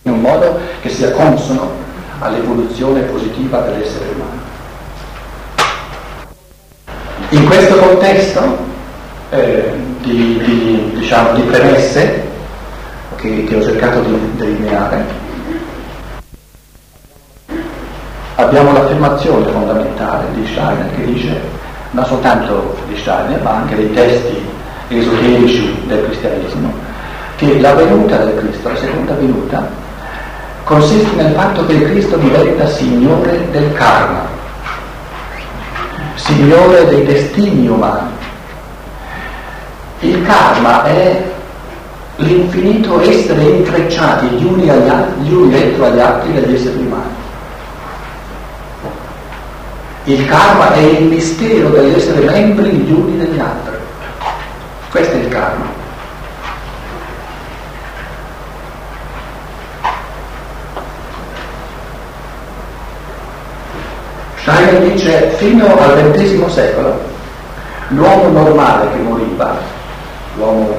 in un modo che sia consono all'evoluzione positiva dell'essere umano. In questo contesto di premesse che ho cercato di delineare, abbiamo l'affermazione fondamentale di Steiner che dice, non soltanto di Steiner ma anche dei testi esoterici del cristianesimo, che la venuta del Cristo, la seconda venuta, consiste nel fatto che il Cristo diventa Signore del karma, Signore dei destini umani. Il karma è l'infinito essere intrecciati gli uni dentro agli altri degli esseri umani. Il karma è il mistero dell'essere membri gli uni degli altri. Questo è il karma. Steiner dice, fino al XX secolo, l'uomo normale che moriva, l'uomo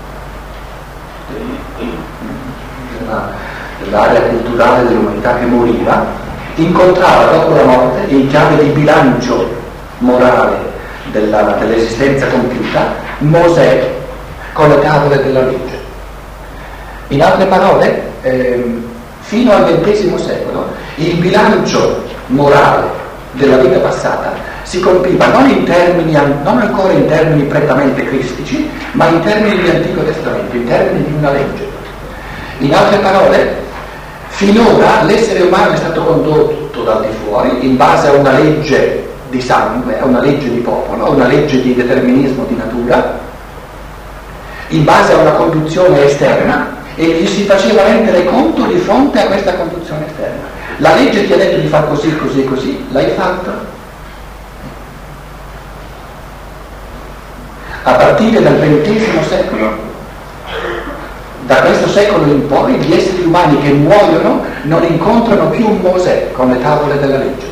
dell'area culturale dell'umanità che moriva, incontrava dopo la morte, in chiave di bilancio morale dell'esistenza compiuta, Mosè con le tavole della legge. In altre parole, fino al XX secolo il bilancio morale della vita passata si compiva non ancora in termini prettamente cristici, ma in termini di Antico Testamento, in termini di una legge. In altre parole, finora l'essere umano è stato condotto dal di fuori in base a una legge di sangue, a una legge di popolo, a una legge di determinismo di natura, in base a una conduzione esterna, e gli si faceva rendere conto di fronte a questa conduzione esterna. La legge ti ha detto di fare così, così, così, l'hai fatto? A partire dal XX secolo, da questo secolo in poi, gli esseri umani che muoiono non incontrano più Mosè con le tavole della legge.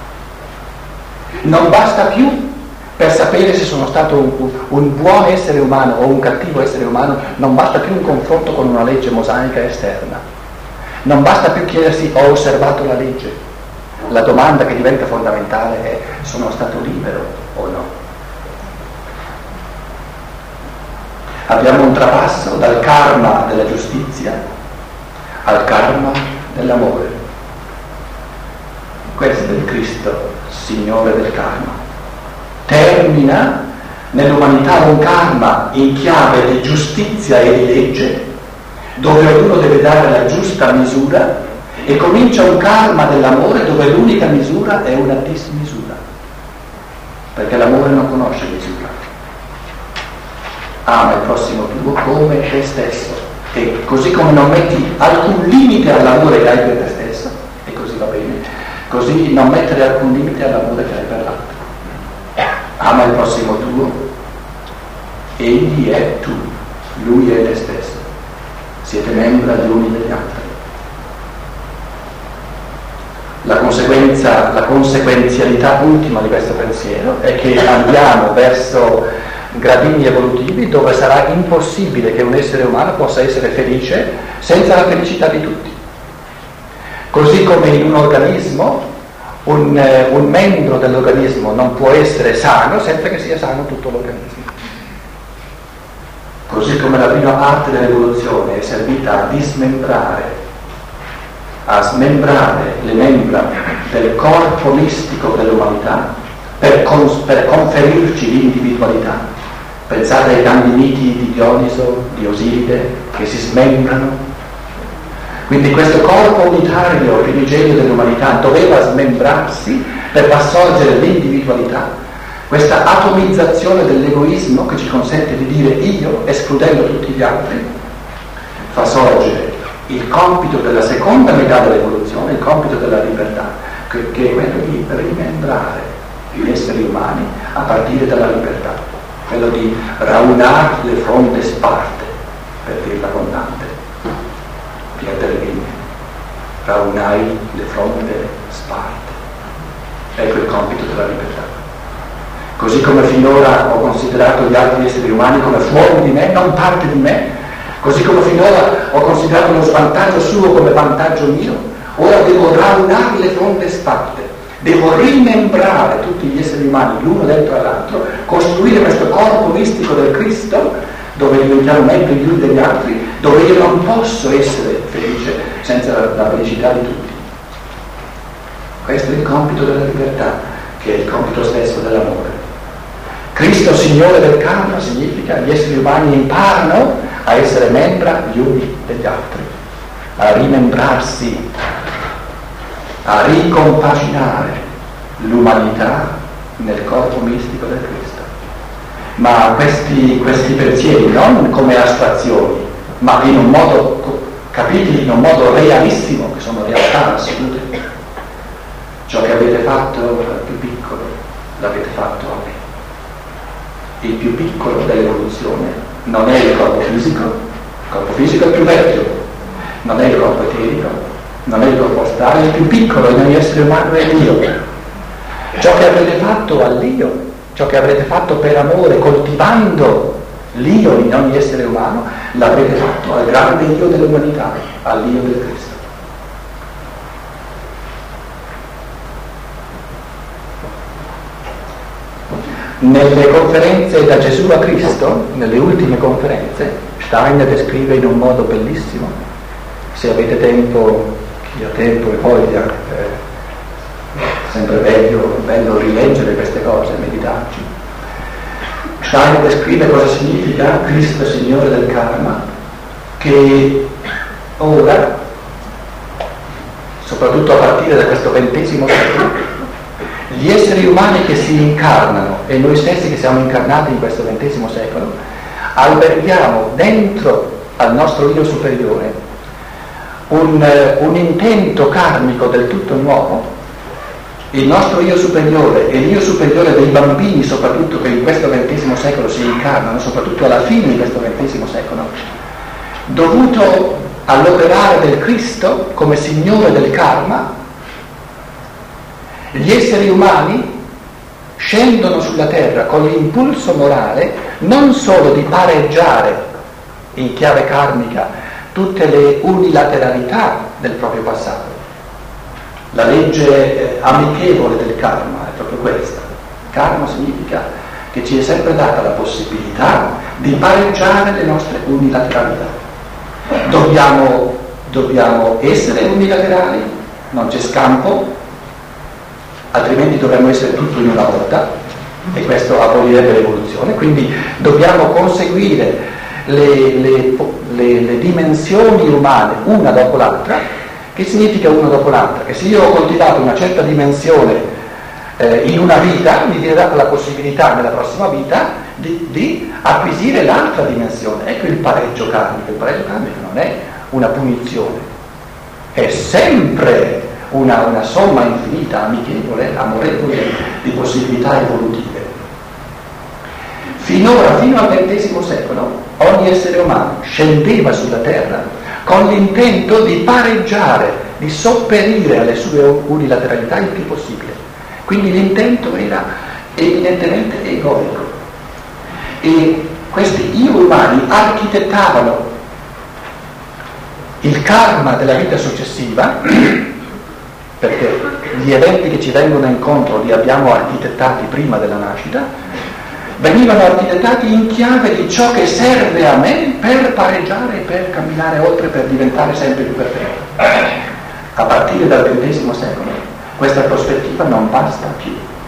Non basta più per sapere se sono stato un buon essere umano o un cattivo essere umano, non basta più un confronto con una legge mosaica esterna. Non basta più chiedersi ho osservato la legge. La domanda che diventa fondamentale è sono stato libero o no? Abbiamo un trapasso dal karma della giustizia al karma dell'amore. Questo è il Cristo, Signore del karma. Termina nell'umanità un karma in chiave di giustizia e di legge, dove ognuno deve dare la giusta misura, e comincia un karma dell'amore dove l'unica misura è una dismisura, perché l'amore non conosce misura. Ama il prossimo tuo come te stesso, e così come non metti alcun limite all'amore che hai per te stesso, e così va bene, così non mettere alcun limite all'amore che hai per l'altro. Ama il prossimo tuo, egli è tu, lui è te stesso, siete membra gli uni degli altri. La conseguenzialità ultima di questo pensiero è che andiamo verso gradini evolutivi dove sarà impossibile che un essere umano possa essere felice senza la felicità di tutti. Così come in un organismo un membro dell'organismo non può essere sano senza che sia sano tutto l'organismo. Così come la prima parte dell'evoluzione è servita a dismembrare, a smembrare le membra del corpo mistico dell'umanità per conferirci l'individualità. Pensate ai grandi miti di Dioniso, di Osiride, che si smembrano. Quindi questo corpo unitario primigenio dell'umanità doveva smembrarsi per far sorgere l'individualità, questa atomizzazione dell'egoismo che ci consente di dire io, escludendo tutti gli altri, fa sorgere il compito della seconda metà dell'evoluzione, il compito della libertà, che è quello di rimembrare gli esseri umani a partire dalla libertà, quello di raunar le fronde sparte, per dirla con Dante. Raunai le fronde sparte. Ecco il compito della libertà. Così come finora ho considerato gli altri esseri umani come fuori di me, non parte di me, Così come finora ho considerato uno svantaggio suo come vantaggio mio, ora devo raunare le fronde spalle, devo rimembrare tutti gli esseri umani l'uno dentro all'altro, costruire questo corpo mistico del Cristo, dove diventiamo membri gli uni degli altri, dove io non posso essere felice senza la felicità di tutti. Questo è il compito della libertà, che è il compito stesso dell'amore. Cristo Signore del karma significa gli esseri umani imparano a essere membra gli uni degli altri, a rimembrarsi, a ricompaginare l'umanità nel corpo mistico del Cristo. Ma questi pensieri non come astrazioni, ma in un modo capiti in un modo realissimo, che sono realtà assolute. Ciò che avete fatto al più piccolo l'avete fatto a me. Il più piccolo dell'evoluzione non è il corpo fisico è il più vecchio, non è il corpo eterico, non è il corpo astrale, il più piccolo in ogni essere umano è l'io. Ciò che avrete fatto all'io, ciò che avrete fatto per amore, coltivando l'io in ogni essere umano, l'avrete fatto al grande io dell'umanità, all'io del Cristo. Nelle conferenze da Gesù a Cristo, nelle ultime conferenze, Steiner descrive in un modo bellissimo, se avete tempo, chi ha tempo e voglia, sempre bello rileggere queste cose, meditarci. Steiner descrive cosa significa Cristo Signore del karma, che ora, soprattutto a partire da questo XX secolo, gli esseri umani che si incarnano e noi stessi che siamo incarnati in questo XX secolo, alberghiamo dentro al nostro io superiore un intento karmico del tutto nuovo. Il nostro io superiore e l'io superiore dei bambini, soprattutto che in questo XX secolo si incarnano, soprattutto alla fine di questo XX secolo, dovuto all'operare del Cristo come Signore del karma, gli esseri umani scendono sulla terra con l'impulso morale non solo di pareggiare in chiave karmica tutte le unilateralità del proprio passato. La legge amichevole del karma è proprio questa. Karma significa che ci è sempre data la possibilità di pareggiare le nostre unilateralità. Dobbiamo essere unilaterali, non c'è scampo, altrimenti dovremmo essere tutti in una volta e questo abolirebbe l'evoluzione. Quindi dobbiamo conseguire le dimensioni umane una dopo l'altra. Che significa una dopo l'altra? Che se io ho coltivato una certa dimensione in una vita, mi viene data la possibilità nella prossima vita di acquisire l'altra dimensione. Ecco il pareggio karmico. Il pareggio karmico non è una punizione, è sempre una somma infinita, amichevole, amorevole di possibilità evolutive. Finora, fino al XX secolo, ogni essere umano scendeva sulla terra con l'intento di pareggiare, di sopperire alle sue unilateralità il più possibile. Quindi l'intento era evidentemente egoico. E questi io umani architettavano il karma della vita successiva, perché gli eventi che ci vengono incontro li abbiamo architettati prima della nascita, venivano architettati in chiave di ciò che serve a me per pareggiare, per camminare oltre, per diventare sempre più perfetto. A partire dal XX secolo questa prospettiva non basta più.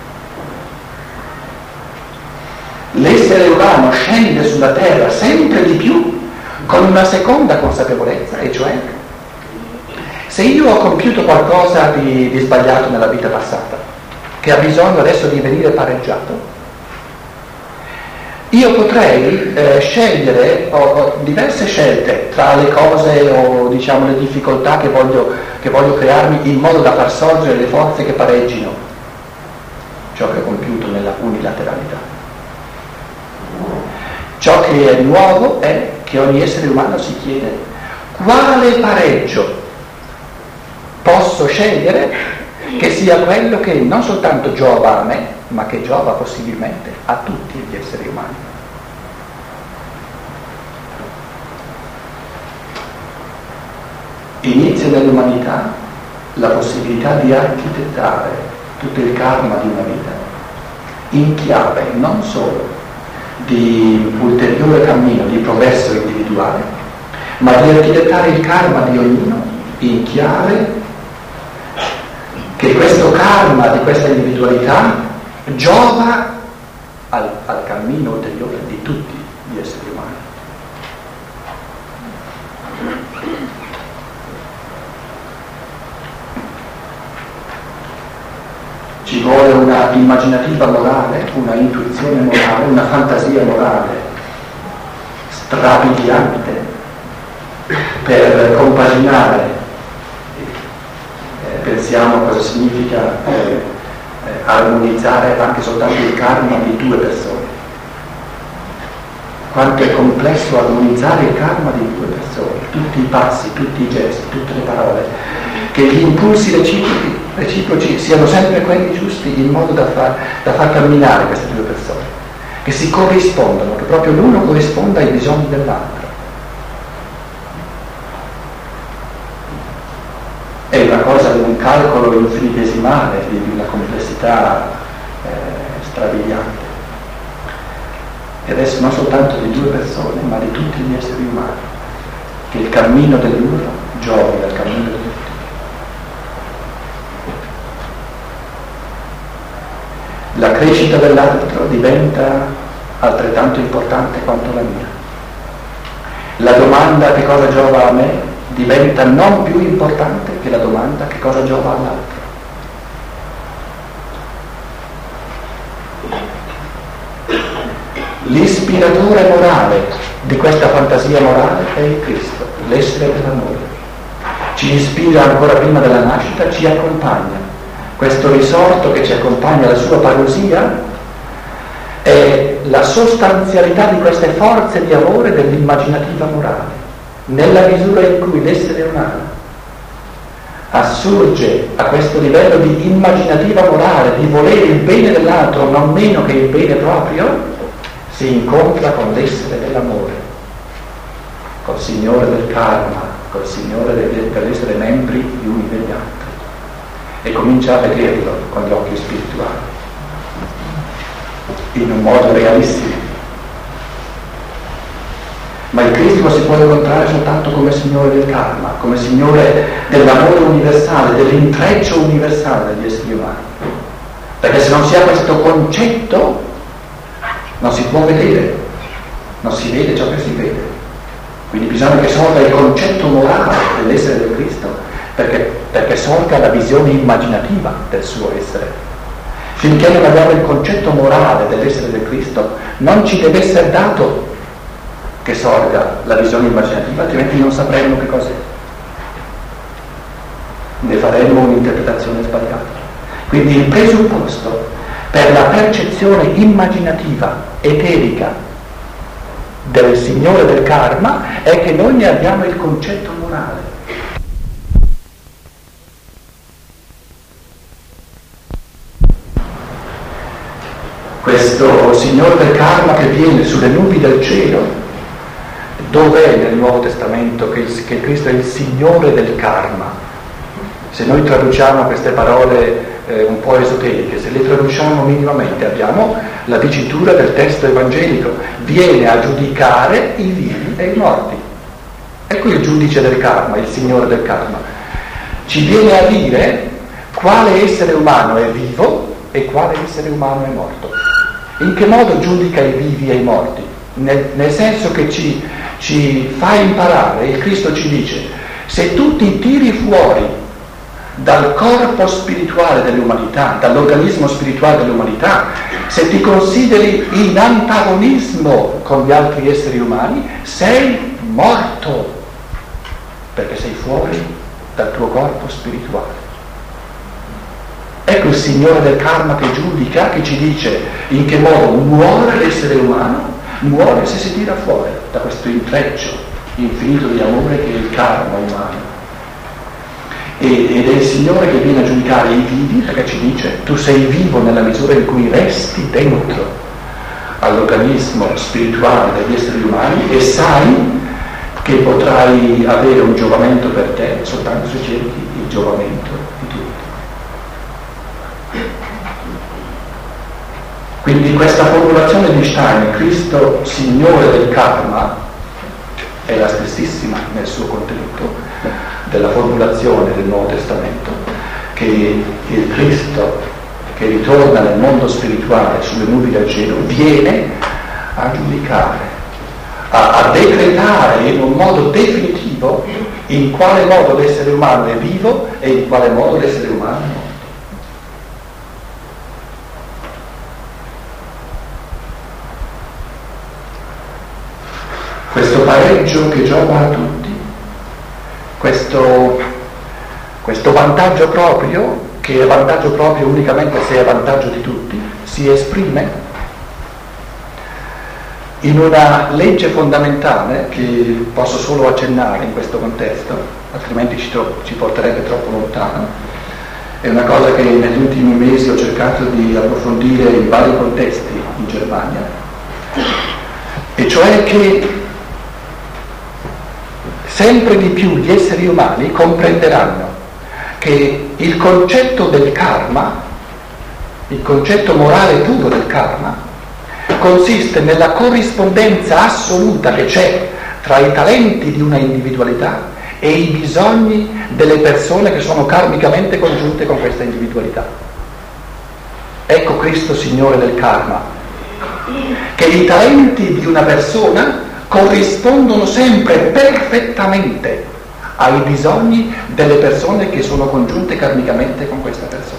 L'essere umano scende sulla terra sempre di più con una seconda consapevolezza, e cioè se io ho compiuto qualcosa di sbagliato nella vita passata, che ha bisogno adesso di venire pareggiato, io potrei scegliere, ho diverse scelte tra le cose o diciamo le difficoltà che voglio crearmi in modo da far sorgere le forze che pareggino ciò che ho compiuto nella unilateralità. Ciò che è nuovo è che ogni essere umano si chiede quale pareggio posso scegliere che sia quello che non soltanto giova a me, ma che giova possibilmente a tutti gli esseri umani. inizia nell'umanità la possibilità di architettare tutto il karma di una vita in chiave non solo di ulteriore cammino di progresso individuale, ma di architettare il karma di ognuno in chiave che questo karma di questa individualità giova al cammino ulteriore di tutti gli esseri umani. Ci vuole una immaginativa morale, una intuizione morale, una fantasia morale strabiliante per compaginare, pensiamo cosa significa armonizzare anche soltanto il karma di due persone. Quanto è complesso armonizzare il karma di due persone, tutti i passi, tutti i gesti, tutte le parole, che gli impulsi reciproci siano sempre quelli giusti in modo da far camminare queste due persone, che si corrispondano, che proprio l'uno corrisponda ai bisogni dell'altro. È una cosa di un calcolo infinitesimale, di una complessità strabiliante. E adesso non soltanto di due persone, ma di tutti gli esseri umani, che il cammino dell'uno giovi al cammino di tutti. La crescita dell'altro diventa altrettanto importante quanto la mia. La domanda che cosa giova a me diventa non più importante che la domanda che cosa giova all'altro. L'ispiratore morale di questa fantasia morale è il Cristo, l'essere dell'amore. Ci ispira ancora prima della nascita, ci accompagna. Questo risorto che ci accompagna alla sua parousia è la sostanzialità di queste forze di amore dell'immaginativa morale, nella misura in cui l'essere umano assurge a questo livello di immaginativa morale, di volere il bene dell'altro non meno che il bene proprio, si incontra con l'essere dell'amore, col Signore del karma, col Signore dell'essere membri gli uni degli altri, e comincia a vederlo con gli occhi spirituali, in un modo realissimo. Ma il Cristo si può incontrare soltanto come Signore del karma, come Signore dell'amore universale, dell'intreccio universale degli esseri umani. Perché se non si ha questo concetto non si può vedere, non si vede ciò che si vede. Quindi bisogna che sorga il concetto morale dell'essere del Cristo, perché sorga la visione immaginativa del suo essere. Finché non abbiamo il concetto morale dell'essere del Cristo, non ci deve essere dato che sorga la visione immaginativa, altrimenti non sapremmo che cos'è. Ne faremmo un'interpretazione sbagliata. Quindi il presupposto per la percezione immaginativa, eterica del Signore del karma è che noi ne abbiamo il concetto morale. Questo Signore del karma che viene sulle nubi del cielo, dov'è nel Nuovo Testamento che Cristo è il Signore del karma? Se noi traduciamo queste parole un po' esoteriche, se le traduciamo minimamente, abbiamo la dicitura del testo evangelico: viene a giudicare i vivi e i morti. Ecco il giudice del karma, il Signore del karma. Ci viene a dire quale essere umano è vivo e quale essere umano è morto. In che modo giudica i vivi e i morti? Nel senso che ci fa imparare, il Cristo ci dice: se tu ti tiri fuori dal corpo spirituale dell'umanità, dall'organismo spirituale dell'umanità, se ti consideri in antagonismo con gli altri esseri umani, sei morto, perché sei fuori dal tuo corpo spirituale. Ecco il Signore del karma che giudica, che ci dice in che modo muore l'essere umano. Muore se si tira fuori da questo intreccio infinito di amore che è il karma umano. Ed è il Signore che viene a giudicare i vivi, perché ci dice: tu sei vivo nella misura in cui resti dentro all'organismo spirituale degli esseri umani e sai che potrai avere un giovamento per te soltanto se cerchi il giovamento di tutti. Quindi questa formulazione di Stein, Cristo Signore del karma, è la stessissima nel suo contenuto della formulazione del Nuovo Testamento, che il Cristo che ritorna nel mondo spirituale sulle nubi del cielo viene a giudicare, a decretare in un modo definitivo in quale modo l'essere umano è vivo e in quale modo l'essere umano è morto. Questo pareggio che gioca a tutti, questo vantaggio proprio, che è vantaggio proprio unicamente se è vantaggio di tutti, si esprime in una legge fondamentale che posso solo accennare in questo contesto, altrimenti ci porterebbe troppo lontano. È una cosa che negli ultimi mesi ho cercato di approfondire in vari contesti in Germania, e cioè che sempre di più gli esseri umani comprenderanno che il concetto del karma, il concetto morale puro del karma, consiste nella corrispondenza assoluta che c'è tra i talenti di una individualità e i bisogni delle persone che sono karmicamente congiunte con questa individualità. Ecco Cristo Signore del karma, che i talenti di una persona corrispondono sempre perfettamente ai bisogni delle persone che sono congiunte karmicamente con questa persona.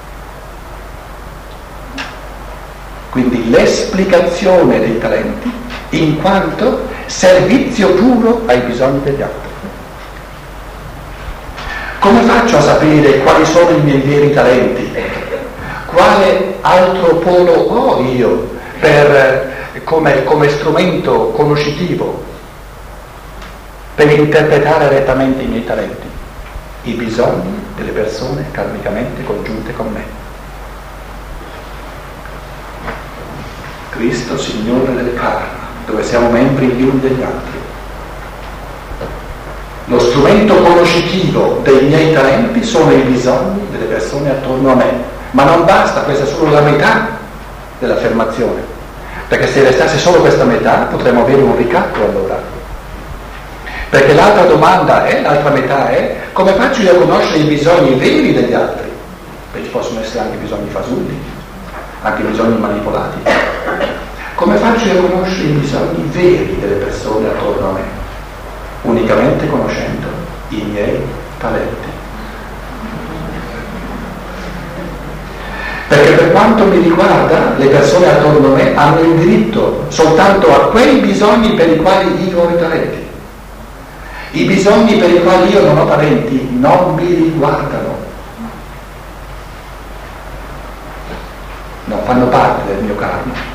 Quindi l'esplicazione dei talenti in quanto servizio puro ai bisogni degli altri. Come faccio a sapere quali sono i miei veri talenti? Quale altro polo ho io come strumento conoscitivo per interpretare rettamente i miei talenti? I bisogni delle persone karmicamente congiunte con me. Cristo Signore del karma, dove siamo membri gli uni degli altri. Lo strumento conoscitivo dei miei talenti sono i bisogni delle persone attorno a me, ma non basta, questa è solo la metà dell'affermazione, perché se restasse solo questa metà potremmo avere un ricatto allora, perché l'altra domanda è, l'altra metà è: come faccio io a conoscere i bisogni veri degli altri? Perché ci possono essere anche bisogni fasulli, anche bisogni manipolati. Come faccio io a conoscere i bisogni veri delle persone attorno a me? Unicamente conoscendo i miei talenti. Perché per quanto mi riguarda, le persone attorno a me hanno il diritto soltanto a quei bisogni per i quali io ho i talenti. I bisogni per i quali io non ho talenti non mi riguardano, non fanno parte del mio karma.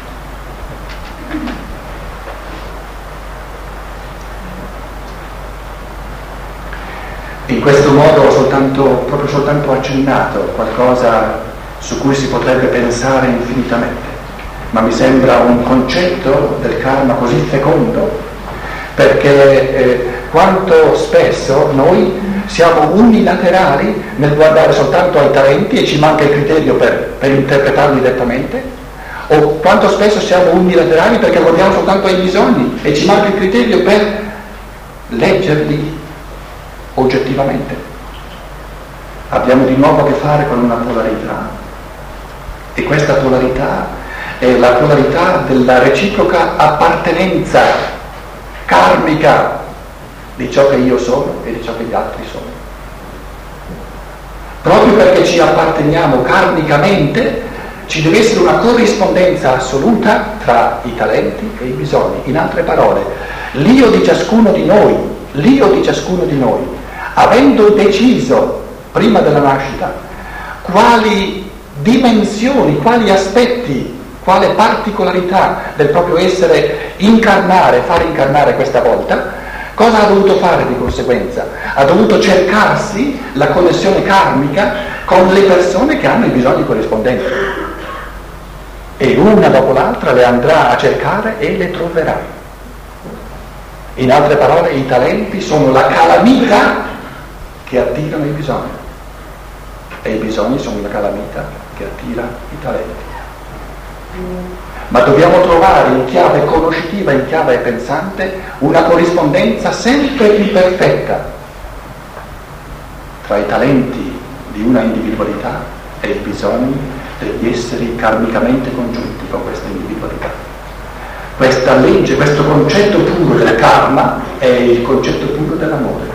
In questo modo ho proprio soltanto accennato qualcosa su cui si potrebbe pensare infinitamente, ma mi sembra un concetto del karma così fecondo, perché quanto spesso noi siamo unilaterali nel guardare soltanto ai talenti e ci manca il criterio per interpretarli direttamente, o quanto spesso siamo unilaterali perché guardiamo soltanto ai bisogni e ci manca il criterio per leggerli oggettivamente. Abbiamo di nuovo a che fare con una polarità, e questa polarità è la polarità della reciproca appartenenza karmica di ciò che io sono e di ciò che gli altri sono. Proprio perché ci apparteniamo karmicamente, ci deve essere una corrispondenza assoluta tra i talenti e i bisogni. In altre parole, l'io di ciascuno di noi, avendo deciso prima della nascita quali dimensioni, quali aspetti, quale particolarità del proprio essere fare incarnare questa volta, cosa ha dovuto fare di conseguenza? Ha dovuto cercarsi la connessione karmica con le persone che hanno i bisogni corrispondenti, e una dopo l'altra le andrà a cercare e le troverà. In altre parole, i talenti sono la calamita che attirano i bisogni, e i bisogni sono la calamita che attira i talenti. Ma dobbiamo trovare in chiave conoscitiva, in chiave pensante, una corrispondenza sempre più perfetta tra i talenti di una individualità e i bisogni degli esseri karmicamente congiunti con questa individualità. Questa legge, questo concetto puro del karma è il concetto puro dell'amore.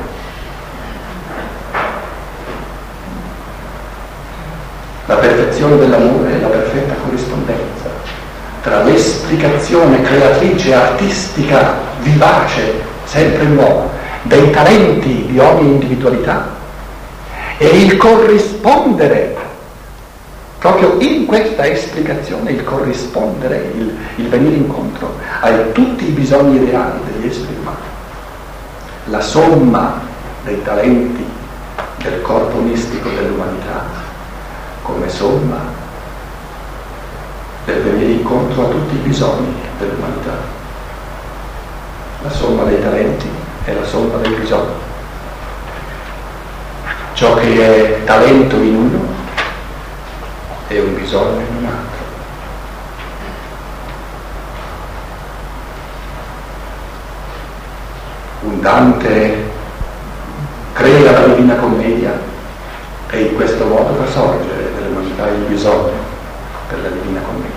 La perfezione dell'amore è la perfetta corrispondenza tra l'esplicazione creatrice, artistica, vivace, sempre nuova, dei talenti di ogni individualità e il corrispondere, proprio in questa esplicazione, il corrispondere, il venire incontro a tutti i bisogni reali degli esseri umani. La somma dei talenti del corpo mistico dell'umanità come somma per venire incontro a tutti i bisogni dell'umanità. La somma dei talenti è la somma dei bisogni. Ciò che è talento in uno è un bisogno in un altro. Un Dante crea la Divina Commedia e in questo modo fa sorgere nell'umanità il bisogno per la Divina Commedia.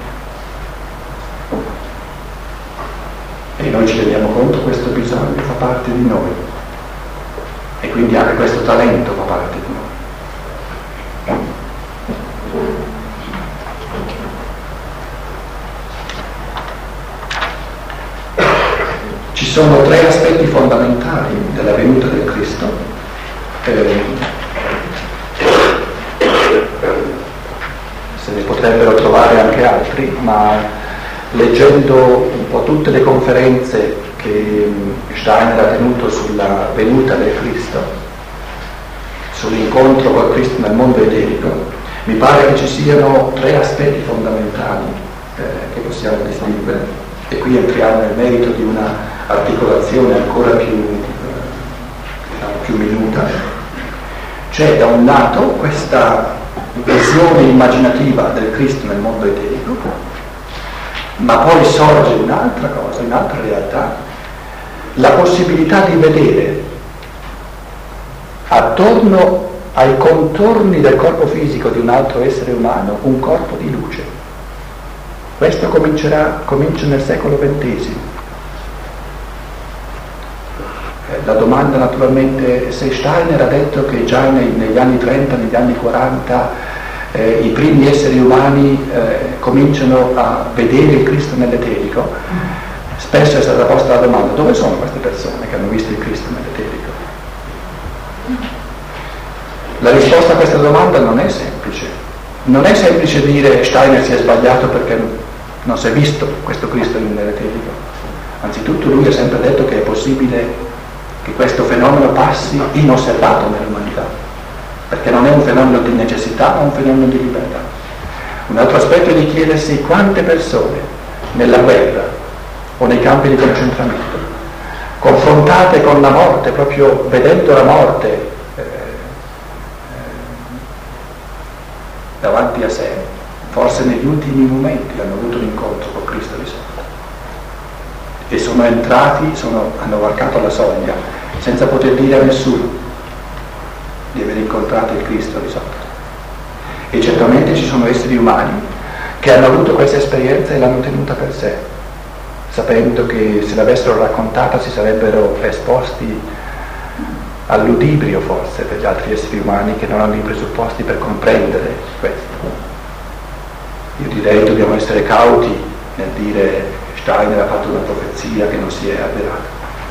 E noi ci rendiamo conto che questo bisogno fa parte di noi e quindi anche questo talento fa parte di noi. Ci sono tre aspetti fondamentali della venuta del Cristo. Se ne potrebbero trovare anche altri, ma leggendo un po' tutte le conferenze che Steiner ha tenuto sulla venuta del Cristo, sull'incontro col Cristo nel mondo eterico, mi pare che ci siano tre aspetti fondamentali che possiamo distinguere, e qui entriamo nel merito di una articolazione ancora più minuta. C'è da un lato questa visione immaginativa del Cristo nel mondo eterico, ma poi sorge un'altra cosa, un'altra realtà, la possibilità di vedere attorno ai contorni del corpo fisico di un altro essere umano un corpo di luce. Questo comincia nel secolo XX. La domanda naturalmente, se Steiner ha detto che già negli anni 30, negli anni 40 i primi esseri umani cominciano a vedere il Cristo nell'eterico, spesso è stata posta la domanda: dove sono queste persone che hanno visto il Cristo nell'eterico? La risposta a questa domanda non è semplice. Non è semplice dire Steiner si è sbagliato perché non si è visto questo Cristo nell'eterico. Anzitutto lui ha sempre detto che è possibile che questo fenomeno passi inosservato nell'umanità, perché non è un fenomeno di necessità, ma un fenomeno di libertà. Un altro aspetto è di chiedersi quante persone nella guerra o nei campi di concentramento, confrontate con la morte, proprio vedendo la morte davanti a sé, forse negli ultimi momenti hanno avuto un incontro con Cristo risorto e sono entrati, hanno varcato la soglia senza poter dire a nessuno di aver incontrato il Cristo risorto. E certamente ci sono esseri umani che hanno avuto questa esperienza e l'hanno tenuta per sé, sapendo che se l'avessero raccontata si sarebbero esposti al ludibrio forse degli altri esseri umani che non hanno i presupposti per comprendere questo. Io direi dobbiamo essere cauti nel dire Steiner ha fatto una profezia che non si è avverata.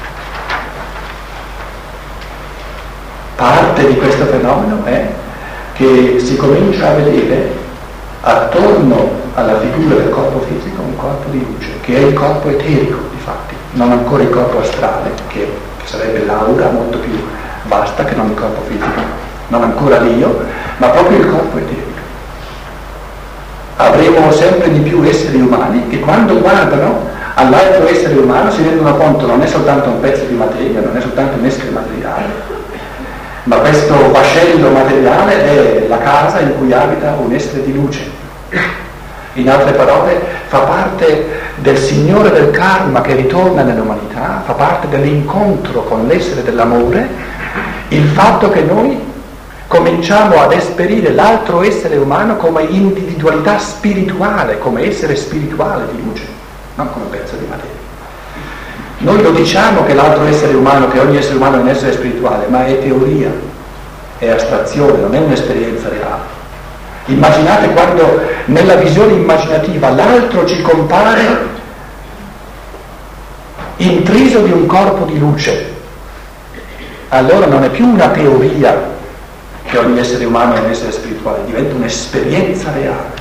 Parte di questo fenomeno è che si comincia a vedere attorno alla figura del corpo fisico un corpo di luce, che è il corpo eterico, difatti, non ancora il corpo astrale, che sarebbe l'aura molto più vasta che non il corpo fisico, non ancora l'io, ma proprio il corpo eterico. Avremo sempre di più esseri umani che quando guardano all'altro essere umano, si rendono conto non è soltanto un pezzo di materia, non è soltanto un essere materiale, ma questo vascello materiale è la casa in cui abita un essere di luce. In altre parole, fa parte del Signore del karma che ritorna nell'umanità, fa parte dell'incontro con l'essere dell'amore, il fatto che noi cominciamo ad esperire l'altro essere umano come individualità spirituale, come essere spirituale di luce, non come pezzo di materia. Noi lo diciamo che l'altro essere umano, che ogni essere umano è un essere spirituale, ma è teoria, è astrazione, non è un'esperienza reale. Immaginate quando nella visione immaginativa l'altro ci compare intriso di un corpo di luce, allora non è più una teoria che ogni essere umano è un essere spirituale, diventa un'esperienza reale.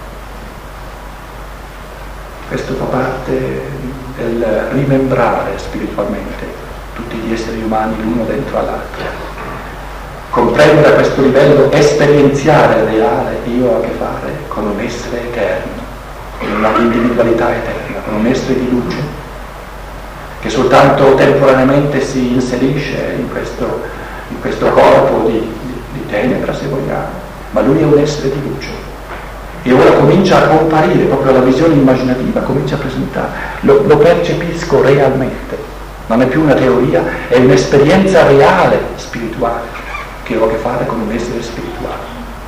Questo fa parte del rimembrare spiritualmente tutti gli esseri umani l'uno dentro all'altro. Comprendere a questo livello esperienziale reale, io ho a che fare con un essere eterno, con una individualità eterna, con un essere di luce, che soltanto temporaneamente si inserisce in questo corpo di tenebra, se vogliamo, ma lui è un essere di luce. E ora comincia a comparire, proprio la visione immaginativa comincia a presentare, lo percepisco realmente, non è più una teoria, è un'esperienza reale, spirituale, che ho a che fare con un essere spirituale.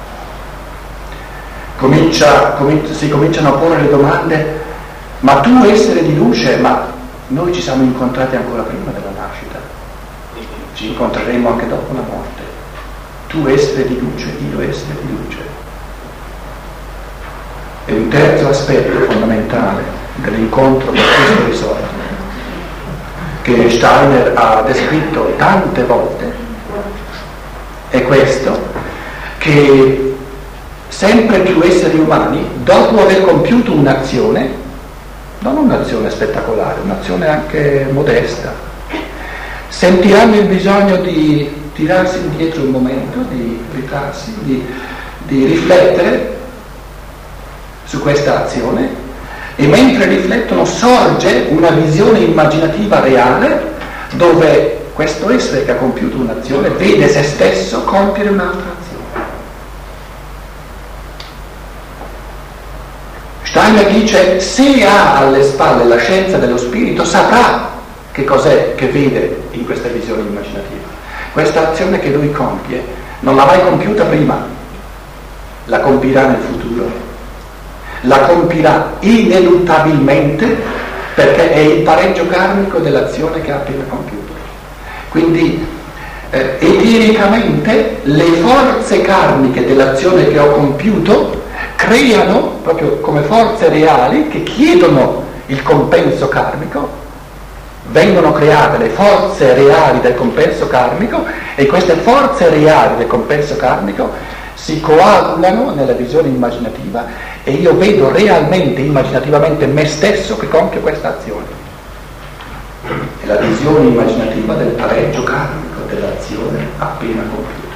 Si cominciano a porre le domande: ma tu essere di luce, ma noi ci siamo incontrati ancora prima della nascita, ci incontreremo anche dopo la morte, tu essere di luce, io essere di luce. E un terzo aspetto fondamentale dell'incontro con questo risorto, che Steiner ha descritto tante volte, è questo, che sempre più esseri umani, dopo aver compiuto un'azione, non un'azione spettacolare, un'azione anche modesta, sentiranno il bisogno di tirarsi indietro un momento, di ritrarsi, di riflettere su questa azione, e mentre riflettono sorge una visione immaginativa reale dove questo essere che ha compiuto un'azione vede se stesso compiere un'altra azione. Steiner dice: se ha alle spalle la scienza dello spirito, saprà che cos'è che vede in questa visione immaginativa. Questa azione che lui compie non l'ha mai compiuta prima, la compirà nel futuro, la compirà ineluttabilmente, perché è il pareggio karmico dell'azione che ha appena compiuto. Quindi etericamente le forze karmiche dell'azione che ho compiuto creano, proprio come forze reali che chiedono il compenso karmico, vengono create le forze reali del compenso karmico, e queste forze reali del compenso karmico si coagulano nella visione immaginativa, e io vedo realmente, immaginativamente, me stesso che compio questa azione. È la visione immaginativa del pareggio karmico dell'azione appena compiuta.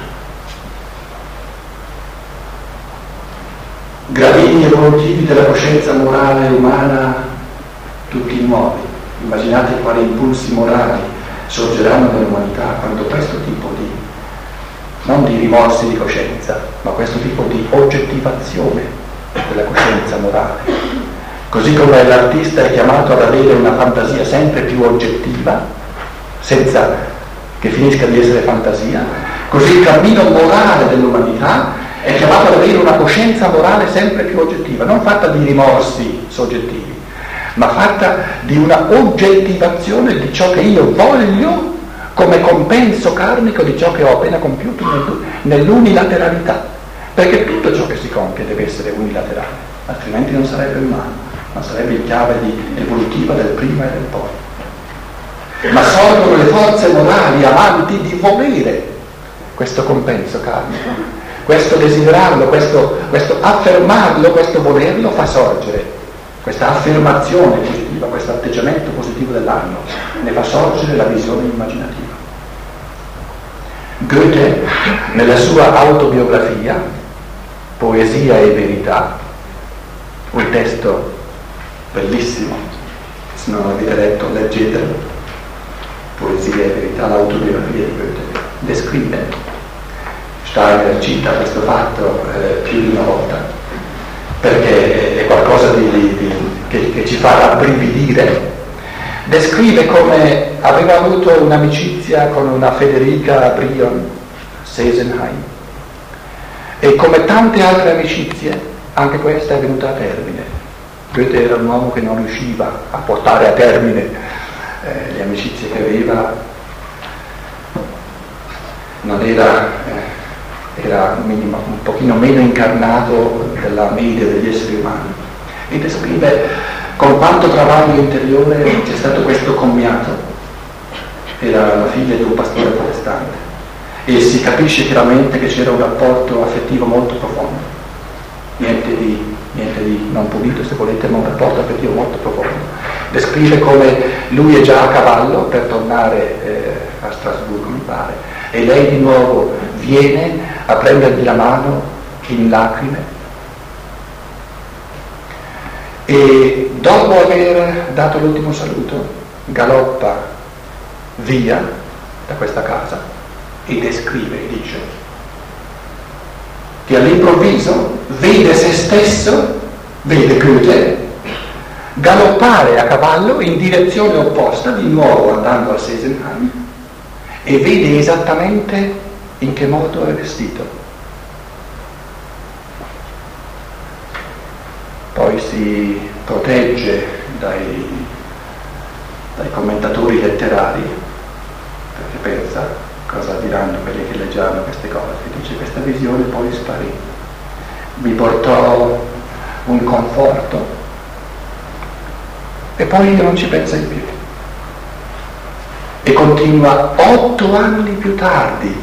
Gradini evolutivi della coscienza morale umana, tutti nuovi. Immaginate quali impulsi morali sorgeranno nell'umanità quando questo tipo di, non di rimorsi di coscienza, ma questo tipo di oggettivazione della coscienza morale. Così come l'artista è chiamato ad avere una fantasia sempre più oggettiva, senza che finisca di essere fantasia, così il cammino morale dell'umanità è chiamato ad avere una coscienza morale sempre più oggettiva, non fatta di rimorsi soggettivi, ma fatta di una oggettivazione di ciò che io voglio come compenso karmico di ciò che ho appena compiuto nell'unilateralità, perché tutto ciò che si compie deve essere unilaterale, altrimenti non sarebbe umano, ma sarebbe in chiave evolutiva del prima e del poi. Ma sorgono le forze morali amanti di volere questo compenso karmico, questo desiderarlo, questo affermarlo, questo volerlo fa sorgere questa affermazione positiva, questo atteggiamento positivo dell'animo, ne fa sorgere la visione immaginativa. Goethe, nella sua autobiografia, Poesia e verità, un testo bellissimo, se non l'avete letto leggetelo, Poesia e verità, l'autobiografia di Goethe, descrive, Steiner cita questo fatto più di una volta, perché è qualcosa che ci fa rabbrividire. Descrive come aveva avuto un'amicizia con una Federica Brion Sesenheim e come tante altre amicizie anche questa è venuta a termine. Goethe era un uomo che non riusciva a portare a termine le amicizie che aveva, non era un pochino meno incarnato della media degli esseri umani, e descrive con quanto travaglio interiore c'è stato questo commiato. Era la figlia di un pastore protestante e si capisce chiaramente che c'era un rapporto affettivo molto profondo, niente di non pulito, se volete, ma un rapporto affettivo molto profondo. Descrive come lui è già a cavallo per tornare a Strasburgo, mi pare, e lei di nuovo viene a prendergli la mano in lacrime, e dopo aver dato l'ultimo saluto galoppa via da questa casa e descrive e dice che all'improvviso vede se stesso, vede Goethe galoppare a cavallo in direzione opposta, di nuovo andando a Sesenheim, e vede esattamente in che modo è vestito. Poi si protegge dai commentatori letterari, perché pensa cosa diranno quelli che leggeranno queste cose, e dice: questa visione poi sparì, mi portò un conforto e poi non ci pensa in più. E continua 8 anni più tardi.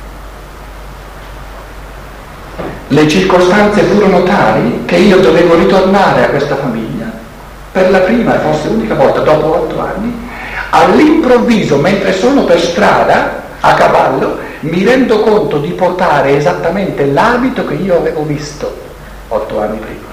Le circostanze furono tali che io dovevo ritornare a questa famiglia per la prima e forse unica volta dopo 8 anni. All'improvviso, mentre sono per strada a cavallo, mi rendo conto di portare esattamente l'abito che io avevo visto 8 anni prima.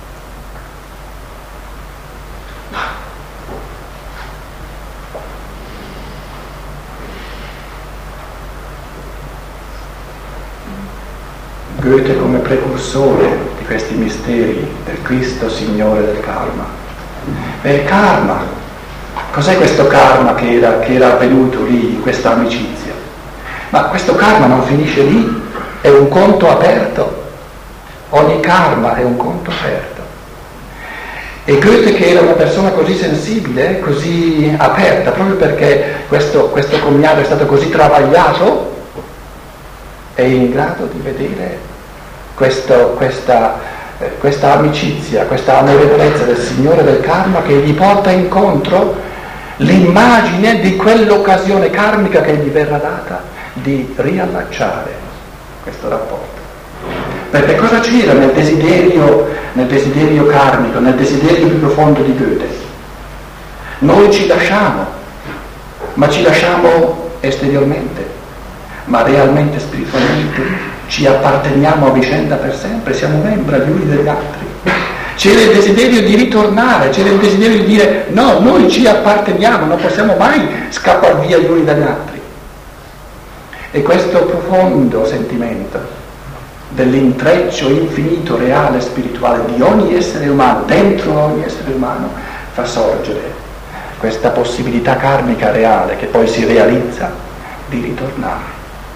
Goethe come precursore di questi misteri del Cristo Signore del karma. E il karma, cos'è questo karma che era avvenuto lì, questa amicizia? Ma questo karma non finisce lì, è un conto aperto, ogni karma è un conto aperto. E Goethe, che era una persona così sensibile, così aperta, proprio perché questo commiato è stato così travagliato, è in grado di vedere questa amicizia, questa amorevolezza del Signore del karma, che gli porta incontro l'immagine di quell'occasione karmica che gli verrà data di riallacciare questo rapporto. Perché cosa c'era nel desiderio karmico, nel desiderio più profondo di Goethe? Noi ci lasciamo, ma ci lasciamo esteriormente, ma realmente spiritualmente ci apparteniamo a vicenda per sempre, siamo membri gli uni degli altri. C'era il desiderio di ritornare, c'era il desiderio di dire: no, noi ci apparteniamo, non possiamo mai scappare via gli uni dagli altri. E questo profondo sentimento dell'intreccio infinito, reale, spirituale di ogni essere umano, dentro ogni essere umano, fa sorgere questa possibilità karmica reale che poi si realizza di ritornare.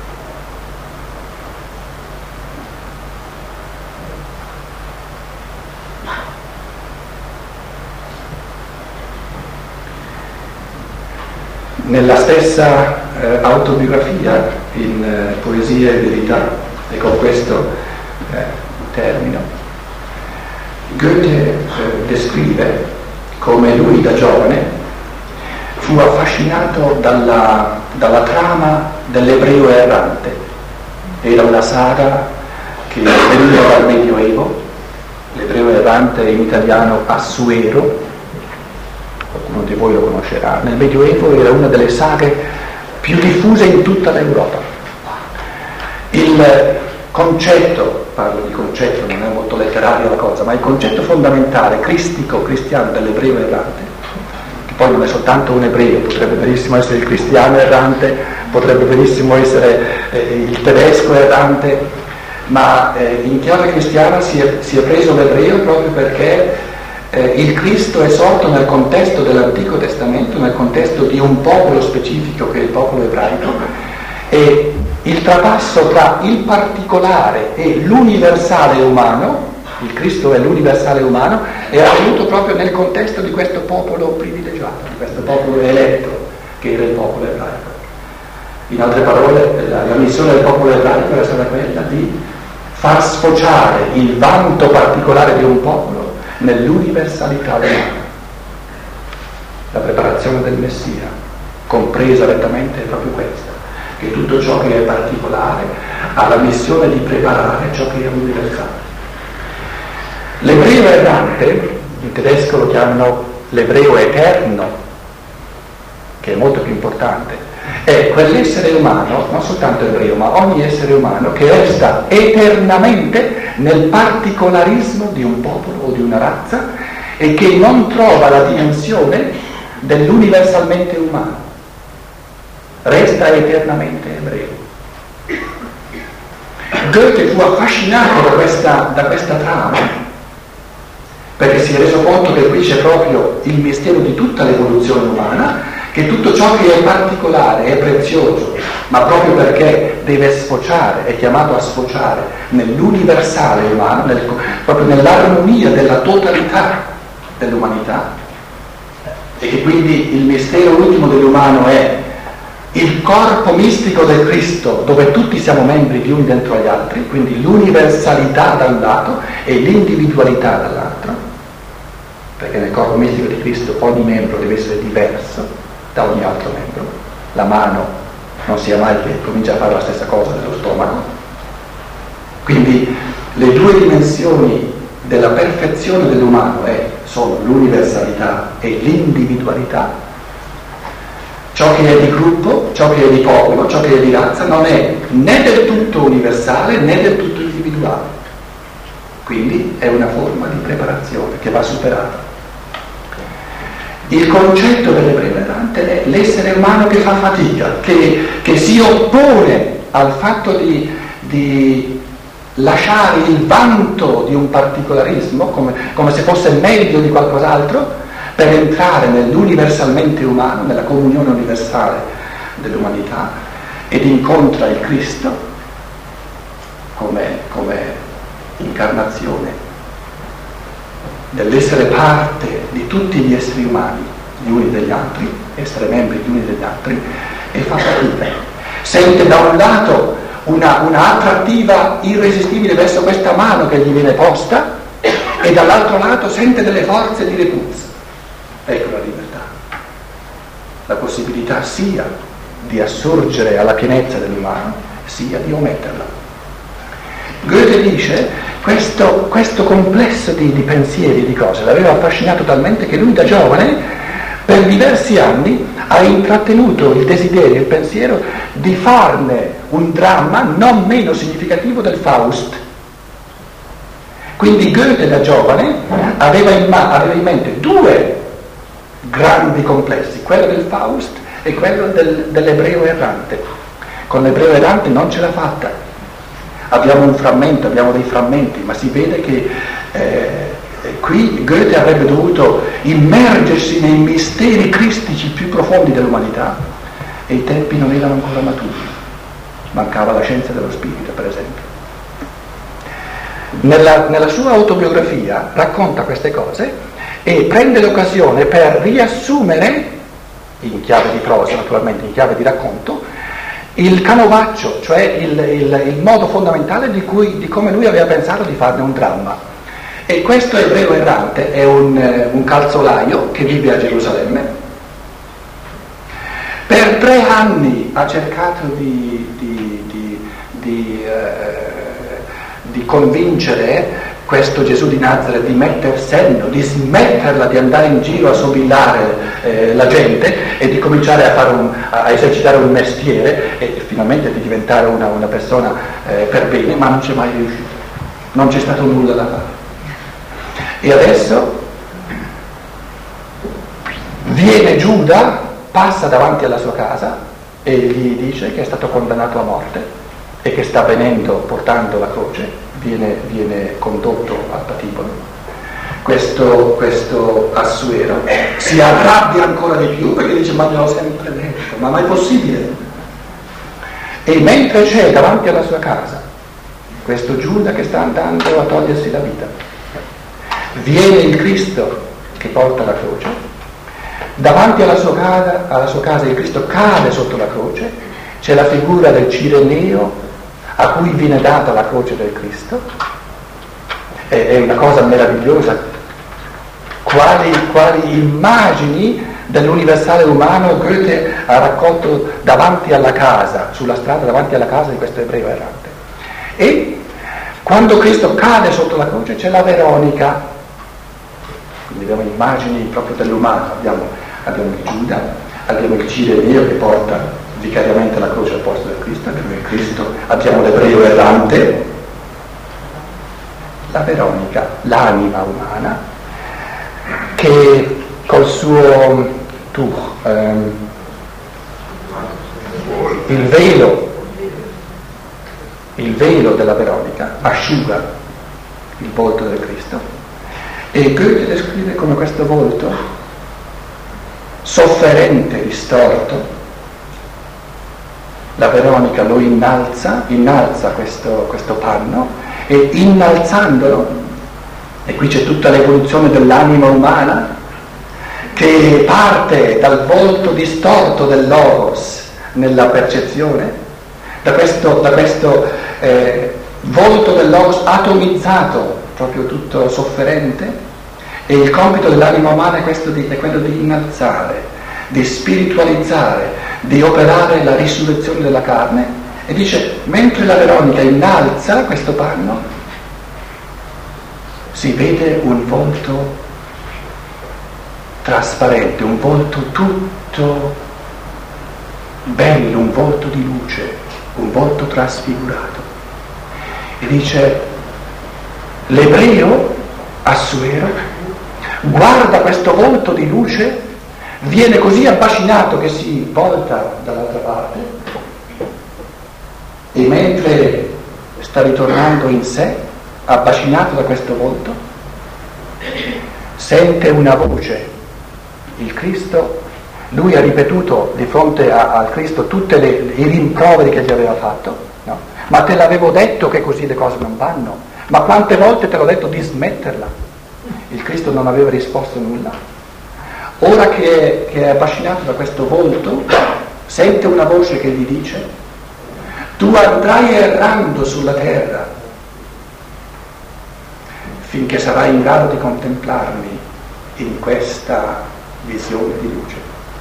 Nella stessa autobiografia, in Poesia e verità, e con questo termino, Goethe descrive come lui da giovane fu affascinato dalla trama dell'ebreo errante. Era una saga che veniva dal Medioevo, l'ebreo errante in italiano Assuero, qualcuno di voi lo conoscerà. Nel Medioevo era una delle saghe più diffuse in tutta l'Europa. Il concetto, parlo di concetto, non è molto letteraria la cosa, ma il concetto fondamentale cristiano dell'ebreo errante Poi non è soltanto un ebreo, potrebbe benissimo essere il cristiano errante, potrebbe benissimo essere il tedesco errante, ma in chiave cristiana si è preso l'ebreo proprio perché il Cristo è sorto nel contesto dell'Antico Testamento, nel contesto di un popolo specifico che è il popolo ebraico, e il trapasso tra il particolare e l'universale umano, il Cristo è l'universale umano, è avvenuto proprio nel contesto di questo popolo privilegiato, di questo popolo eletto che era il popolo ebraico. In altre parole, la missione del popolo ebraico era stata quella di far sfociare il vanto particolare di un popolo nell'universalità umana. La preparazione del Messia, compresa rettamente, è proprio questa, che tutto ciò che è particolare ha la missione di preparare ciò che è universale. L'ebreo errante, in tedesco lo chiamano l'ebreo eterno, che è molto più importante, è quell'essere umano, non soltanto ebreo, ma ogni essere umano che resta eternamente nel particolarismo di un popolo o di una razza e che non trova la dimensione dell'universalmente umano, resta eternamente ebreo. Goethe fu affascinato da questa trama, perché si è reso conto che qui c'è proprio il mistero di tutta l'evoluzione umana, che tutto ciò che è particolare è prezioso, ma proprio perché deve sfociare, è chiamato a sfociare nell'universale umano, proprio nell'armonia della totalità dell'umanità, e che quindi il mistero ultimo dell'umano è il corpo mistico del Cristo, dove tutti siamo membri gli uni dentro agli altri, quindi l'universalità da un lato e l'individualità dall'altro, perché nel corpo mistico di Cristo ogni membro deve essere diverso da ogni altro membro. La mano non sia mai che comincia a fare la stessa cosa dello stomaco. Quindi le due dimensioni della perfezione dell'umano sono l'universalità e l'individualità. Ciò che è di gruppo, ciò che è di popolo, ciò che è di razza non è né del tutto universale né del tutto individuale. Quindi è una forma di preparazione che va superata. Il concetto dell'ebreo errante è l'essere umano che fa fatica, che si oppone al fatto di lasciare il vanto di un particolarismo come se fosse meglio di qualcos'altro per entrare nell'universalmente umano, nella comunione universale dell'umanità, ed incontra il Cristo come incarnazione dell'essere parte di tutti gli esseri umani, gli uni degli altri, essere membri gli uni degli altri, e fa fatica. Sente da un lato una attrattiva irresistibile verso questa mano che gli viene posta, e dall'altro lato sente delle forze di repulsa. Ecco la libertà, la possibilità sia di assurgere alla pienezza dell'umano, sia di ometterla. Goethe dice questo complesso di pensieri, di cose, l'aveva affascinato talmente che lui da giovane per diversi anni ha intrattenuto il desiderio, il pensiero di farne un dramma non meno significativo del Faust. Quindi Goethe da giovane aveva in mente due grandi complessi, quello del Faust e quello dell'ebreo errante. Con l'ebreo errante non ce l'ha fatta. Abbiamo dei frammenti, ma si vede che qui Goethe avrebbe dovuto immergersi nei misteri cristici più profondi dell'umanità, e i tempi non erano ancora maturi. Mancava la scienza dello spirito, per esempio. Nella sua autobiografia racconta queste cose e prende l'occasione per riassumere, in chiave di prosa naturalmente, in chiave di racconto, il canovaccio, cioè il modo fondamentale di come lui aveva pensato di farne un dramma. E questo ebreo errante è un calzolaio che vive a Gerusalemme. Per 3 anni ha cercato di convincere questo Gesù di Nazareth di metter senno, di smetterla di andare in giro a sobillare la gente e di cominciare a esercitare un mestiere e finalmente di diventare una persona per bene, ma non c'è mai riuscito, non c'è stato nulla da fare. E adesso Viene Giuda, passa davanti alla sua casa e gli dice che è stato condannato a morte e che sta venendo portando la croce, viene condotto al patibolo. Questo Assuero si arrabbia ancora di più perché dice: ma gliel'ho sempre detto, ma mai possibile? E mentre c'è davanti alla sua casa questo Giuda che sta andando a togliersi la vita, viene il Cristo che porta la croce, davanti alla sua casa il Cristo cade sotto la croce, c'è la figura del Cireneo a cui viene data la croce del Cristo. È una cosa meravigliosa. Quali immagini dell'universale umano Goethe ha raccolto davanti alla casa, sulla strada davanti alla casa di questo ebreo errante. E quando Cristo cade sotto la croce c'è la Veronica, quindi abbiamo immagini proprio dell'umano, abbiamo il Giuda, abbiamo il Cireneo che porta vicariamente la croce al posto del Cristo, abbiamo il Cristo, abbiamo l'ebreo errante, la Veronica, l'anima umana, che col suo il velo della Veronica asciuga il volto del Cristo, e Goethe descrive come questo volto sofferente, distorto, la Veronica lo innalza questo panno, e innalzandolo, e qui c'è tutta l'evoluzione dell'anima umana che parte dal volto distorto del Logos nella percezione, da questo volto del Logos atomizzato, proprio tutto sofferente, e il compito dell'anima umana è quello di innalzare, di spiritualizzare, di operare la risurrezione della carne. E dice, mentre la Veronica innalza questo panno, si vede un volto trasparente, un volto tutto bello, un volto di luce, un volto trasfigurato. E dice, l'ebreo Assuero guarda questo volto di luce, viene così abbascinato che si volta dall'altra parte, e mentre sta ritornando in sé, abbascinato da questo volto, sente una voce. Il Cristo, lui ha ripetuto di fronte al Cristo tutti i rimproveri che gli aveva fatto, no? Ma te l'avevo detto che così le cose non vanno, ma quante volte te l'ho detto di smetterla? Il Cristo non aveva risposto nulla. Ora che è abbascinato da questo volto, sente una voce che gli dice: tu andrai errando sulla terra finché sarai in grado di contemplarmi in questa visione di luce.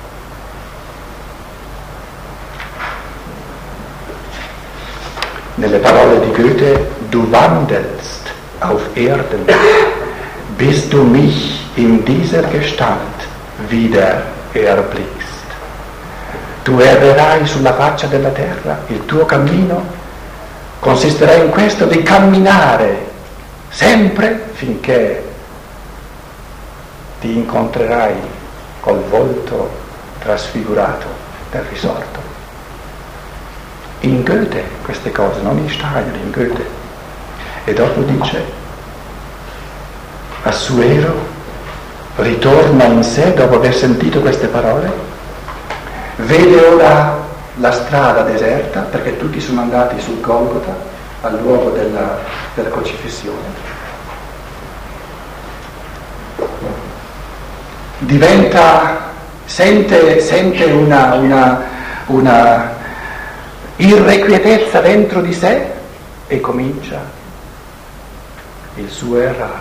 Nelle parole di Goethe: du wandelst auf Erden, bis du mich in dieser Gestalt wieder erblickst. Tu errerai sulla faccia della terra, il tuo cammino consisterà in questo, di camminare sempre finché ti incontrerai col volto trasfigurato del risorto. In Goethe queste cose, non in Steiner, in Goethe. E dopo dice: Assuero ritorna in sé dopo aver sentito queste parole, vede ora la strada deserta perché tutti sono andati sul Golgota, al luogo della crocifissione. Sente una irrequietezza dentro di sé e comincia il suo errare.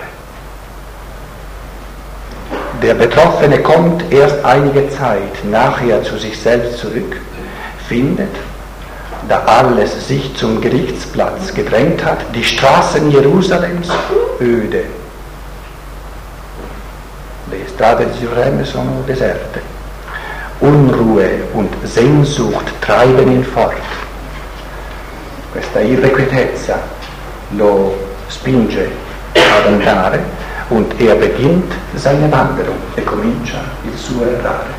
Der Betroffene kommt erst einige Zeit nachher zu sich selbst zurück, findet, da alles sich zum Gerichtsplatz gedrängt hat, die Straßen Jerusalems öde. Le strade di Gerusalemme sono deserte. Unruhe und Sehnsucht treiben ihn fort. Questa irrequietezza lo spinge ad andare, und beginnt seine Wanderung e comincia il suo errare.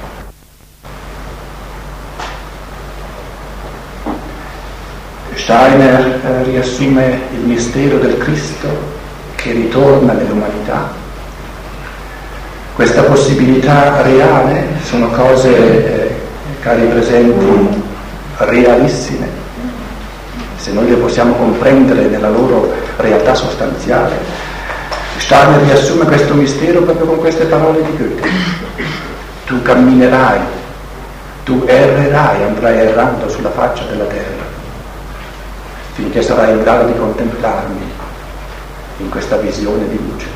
Steiner riassume il mistero del Cristo che ritorna nell'umanità. Questa possibilità reale sono cose, cari presenti, realissime, se noi le possiamo comprendere nella loro realtà sostanziale. Steiner riassume questo mistero proprio con queste parole di Goethe. Tu camminerai, tu errerai, andrai errando sulla faccia della terra, finché sarai in grado di contemplarmi in questa visione di luce.